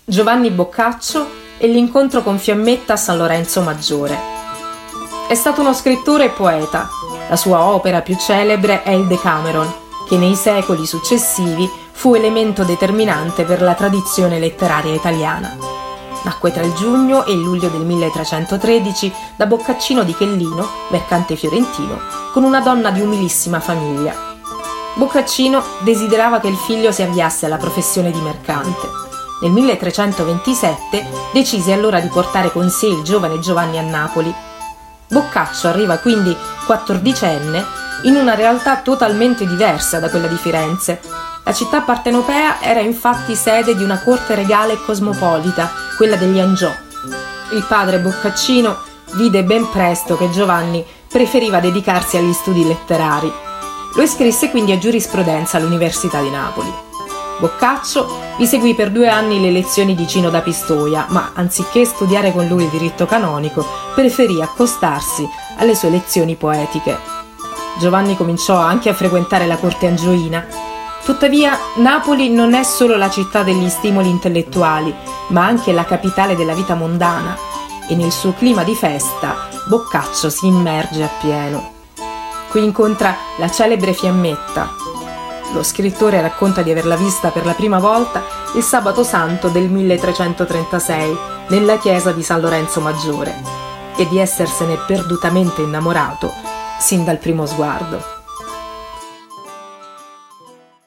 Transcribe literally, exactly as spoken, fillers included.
Giovanni Boccaccio e l'incontro con Fiammetta a San Lorenzo Maggiore. È stato uno scrittore e poeta. La sua opera più celebre è il Decameron, che nei secoli successivi fu elemento determinante per la tradizione letteraria italiana. Nacque tra il giugno e il luglio del milletrecentotredici da Boccaccino di Chellino, mercante fiorentino, con una donna di umilissima famiglia. Boccaccino desiderava che il figlio si avviasse alla professione di mercante. Nel milletrecentoventisette decise allora di portare con sé il giovane Giovanni a Napoli. Boccaccio arriva quindi quattordicenne in una realtà totalmente diversa da quella di Firenze. La città partenopea era infatti sede di una corte regale e cosmopolita, quella degli Angiò. Il padre Boccaccino vide ben presto che Giovanni preferiva dedicarsi agli studi letterari. Lo iscrisse quindi a giurisprudenza all'Università di Napoli. Boccaccio vi seguì per due anni le lezioni di Cino da Pistoia, ma anziché studiare con lui il diritto canonico, preferì accostarsi alle sue lezioni poetiche. Giovanni cominciò anche a frequentare la corte angioina. Tuttavia, Napoli non è solo la città degli stimoli intellettuali, ma anche la capitale della vita mondana, e nel suo clima di festa Boccaccio si immerge appieno. Qui incontra la celebre Fiammetta. Lo scrittore racconta di averla vista per la prima volta il sabato santo del milletrecentotrentasei nella chiesa di San Lorenzo Maggiore e di essersene perdutamente innamorato sin dal primo sguardo.